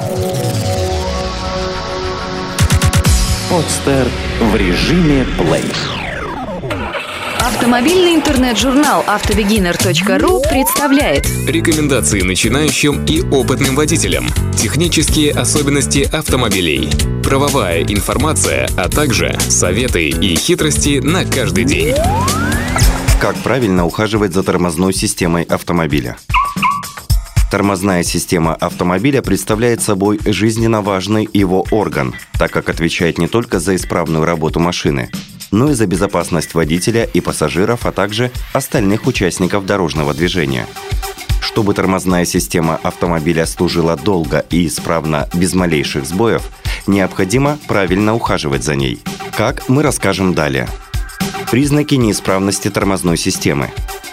Подстер в режиме плей. Автомобильный интернет-журнал автобегинер.ру представляет рекомендации начинающим и опытным водителям, технические особенности автомобилей, правовая информация, а также советы и хитрости на каждый день. Как правильно ухаживать за тормозной системой автомобиля? Тормозная система автомобиля представляет собой жизненно важный его орган, так как отвечает не только за исправную работу машины, но и за безопасность водителя и пассажиров, а также остальных участников дорожного движения. Чтобы тормозная система автомобиля служила долго и исправно без малейших сбоев, необходимо правильно ухаживать за ней. Как, мы расскажем далее. Признаки неисправности тормозной системы.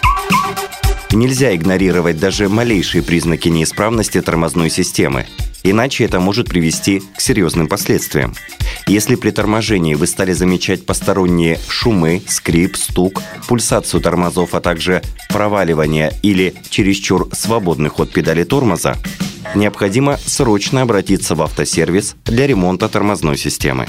Нельзя игнорировать даже малейшие признаки неисправности тормозной системы, иначе это может привести к серьезным последствиям. Если при торможении вы стали замечать посторонние шумы, скрип, стук, пульсацию тормозов, а также проваливание или чересчур свободный ход педали тормоза, необходимо срочно обратиться в автосервис для ремонта тормозной системы.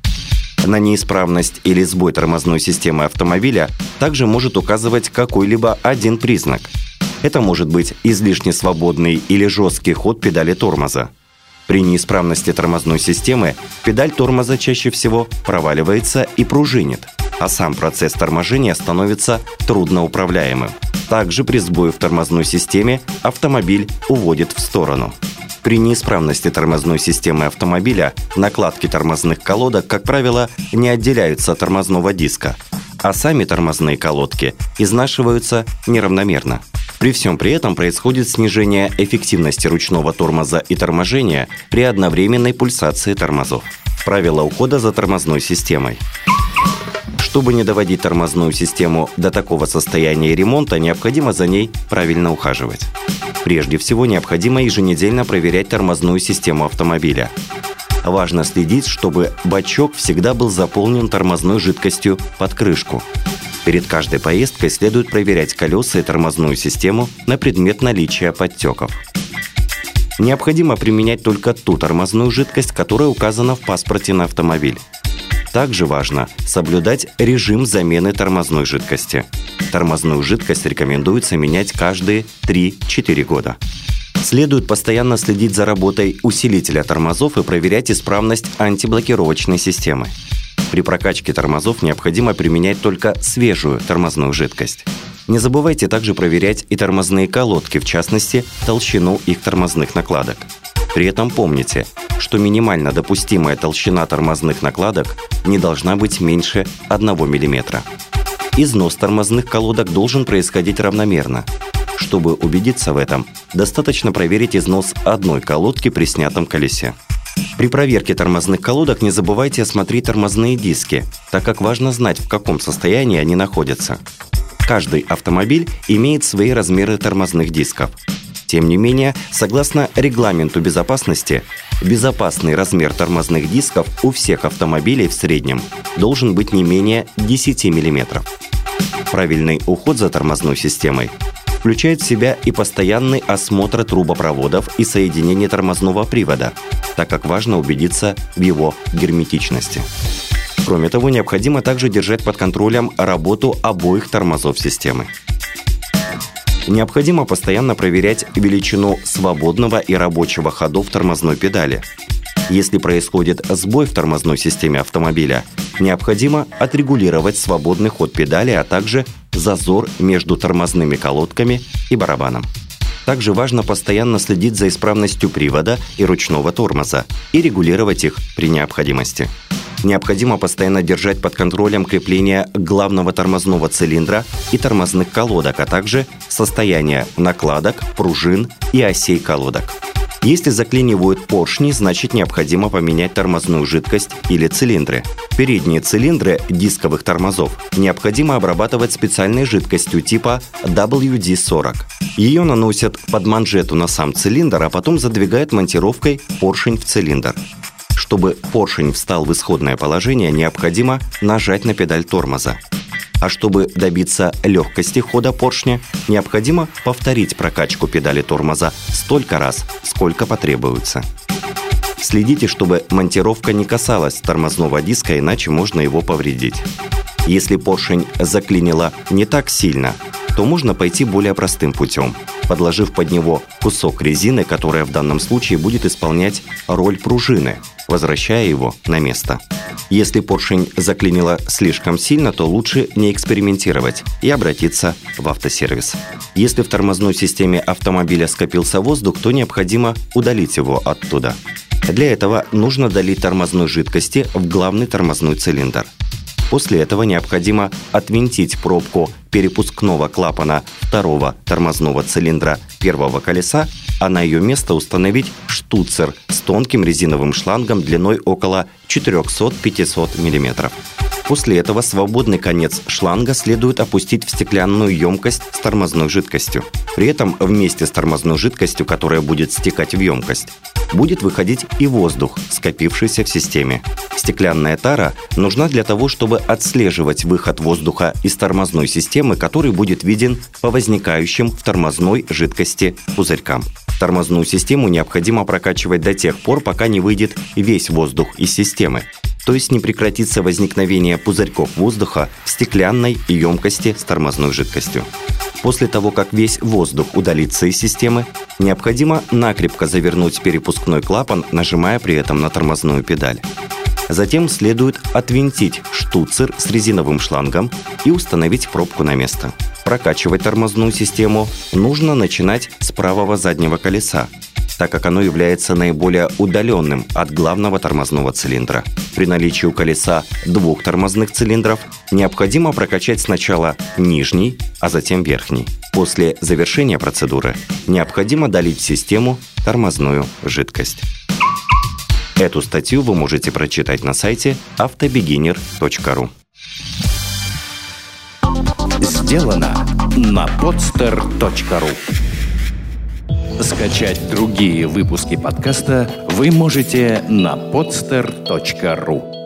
На неисправность или сбой тормозной системы автомобиля также может указывать какой-либо один признак. Это может быть излишне свободный или жесткий ход педали тормоза. При неисправности тормозной системы педаль тормоза чаще всего проваливается и пружинит, а сам процесс торможения становится трудноуправляемым. Также при сбое в тормозной системе автомобиль уводит в сторону. При неисправности тормозной системы автомобиля накладки тормозных колодок, как правило, не отделяются от тормозного диска, а сами тормозные колодки изнашиваются неравномерно. При всем при этом происходит снижение эффективности ручного тормоза и торможения при одновременной пульсации тормозов. Правила ухода за тормозной системой. Чтобы не доводить тормозную систему до такого состояния ремонта, необходимо за ней правильно ухаживать. Прежде всего, необходимо еженедельно проверять тормозную систему автомобиля. Важно следить, чтобы бачок всегда был заполнен тормозной жидкостью под крышку. Перед каждой поездкой следует проверять колеса и тормозную систему на предмет наличия подтеков. Необходимо применять только ту тормозную жидкость, которая указана в паспорте на автомобиль. Также важно соблюдать режим замены тормозной жидкости. Тормозную жидкость рекомендуется менять каждые 3-4 года. Следует постоянно следить за работой усилителя тормозов и проверять исправность антиблокировочной системы. При прокачке тормозов необходимо применять только свежую тормозную жидкость. Не забывайте также проверять и тормозные колодки, в частности, толщину их тормозных накладок. При этом помните, что минимально допустимая толщина тормозных накладок не должна быть меньше 1 мм. Износ тормозных колодок должен происходить равномерно. Чтобы убедиться в этом, достаточно проверить износ одной колодки при снятом колесе. При проверке тормозных колодок не забывайте осмотреть тормозные диски, так как важно знать, в каком состоянии они находятся. Каждый автомобиль имеет свои размеры тормозных дисков. Тем не менее, согласно регламенту безопасности, безопасный размер тормозных дисков у всех автомобилей в среднем должен быть не менее 10 мм. Правильный уход за тормозной системой включает в себя и постоянный осмотр трубопроводов и соединений тормозного привода, так как важно убедиться в его герметичности. Кроме того, необходимо также держать под контролем работу обоих тормозов системы. Необходимо постоянно проверять величину свободного и рабочего ходов тормозной педали. Если происходит сбой в тормозной системе автомобиля, необходимо отрегулировать свободный ход педали, а также зазор между тормозными колодками и барабаном. Также важно постоянно следить за исправностью привода и ручного тормоза и регулировать их при необходимости. Необходимо постоянно держать под контролем крепление главного тормозного цилиндра и тормозных колодок, а также состояние накладок, пружин и осей колодок. Если заклинивают поршни, значит необходимо поменять тормозную жидкость или цилиндры. Передние цилиндры дисковых тормозов необходимо обрабатывать специальной жидкостью типа WD-40. Ее наносят под манжету на сам цилиндр, а потом задвигают монтировкой поршень в цилиндр. Чтобы поршень встал в исходное положение, необходимо нажать на педаль тормоза. А чтобы добиться легкости хода поршня, необходимо повторить прокачку педали тормоза столько раз, сколько потребуется. Следите, чтобы монтировка не касалась тормозного диска, иначе можно его повредить. Если поршень заклинило не так сильно, то можно пойти более простым путем, подложив под него кусок резины, которая в данном случае будет исполнять роль пружины, возвращая его на место. Если поршень заклинило слишком сильно, то лучше не экспериментировать и обратиться в автосервис. Если в тормозной системе автомобиля скопился воздух, то необходимо удалить его оттуда. Для этого нужно долить тормозной жидкости в главный тормозной цилиндр. После этого необходимо отвинтить пробку перепускного клапана второго тормозного цилиндра первого колеса, а на ее место установить штуцер с тонким резиновым шлангом длиной около 400-500 мм. После этого свободный конец шланга следует опустить в стеклянную емкость с тормозной жидкостью. При этом вместе с тормозной жидкостью, которая будет стекать в емкость, будет выходить и воздух, скопившийся в системе. Стеклянная тара нужна для того, чтобы отслеживать выход воздуха из тормозной системы, который будет виден по возникающим в тормозной жидкости пузырькам. Тормозную систему необходимо прокачивать до тех пор, пока не выйдет весь воздух из системы. То есть не прекратится возникновение пузырьков воздуха в стеклянной емкости с тормозной жидкостью. После того, как весь воздух удалится из системы, необходимо накрепко завернуть перепускной клапан, нажимая при этом на тормозную педаль. Затем следует отвинтить штуцер с резиновым шлангом и установить пробку на место. Прокачивать тормозную систему нужно начинать с правого заднего колеса, так как оно является наиболее удаленным от главного тормозного цилиндра. При наличии у колеса двух тормозных цилиндров необходимо прокачать сначала нижний, а затем верхний. После завершения процедуры необходимо долить в систему тормозную жидкость. Эту статью вы можете прочитать на сайте autobeginner.ru. Сделано на podster.ru. Скачать другие выпуски подкаста вы можете на podster.ru.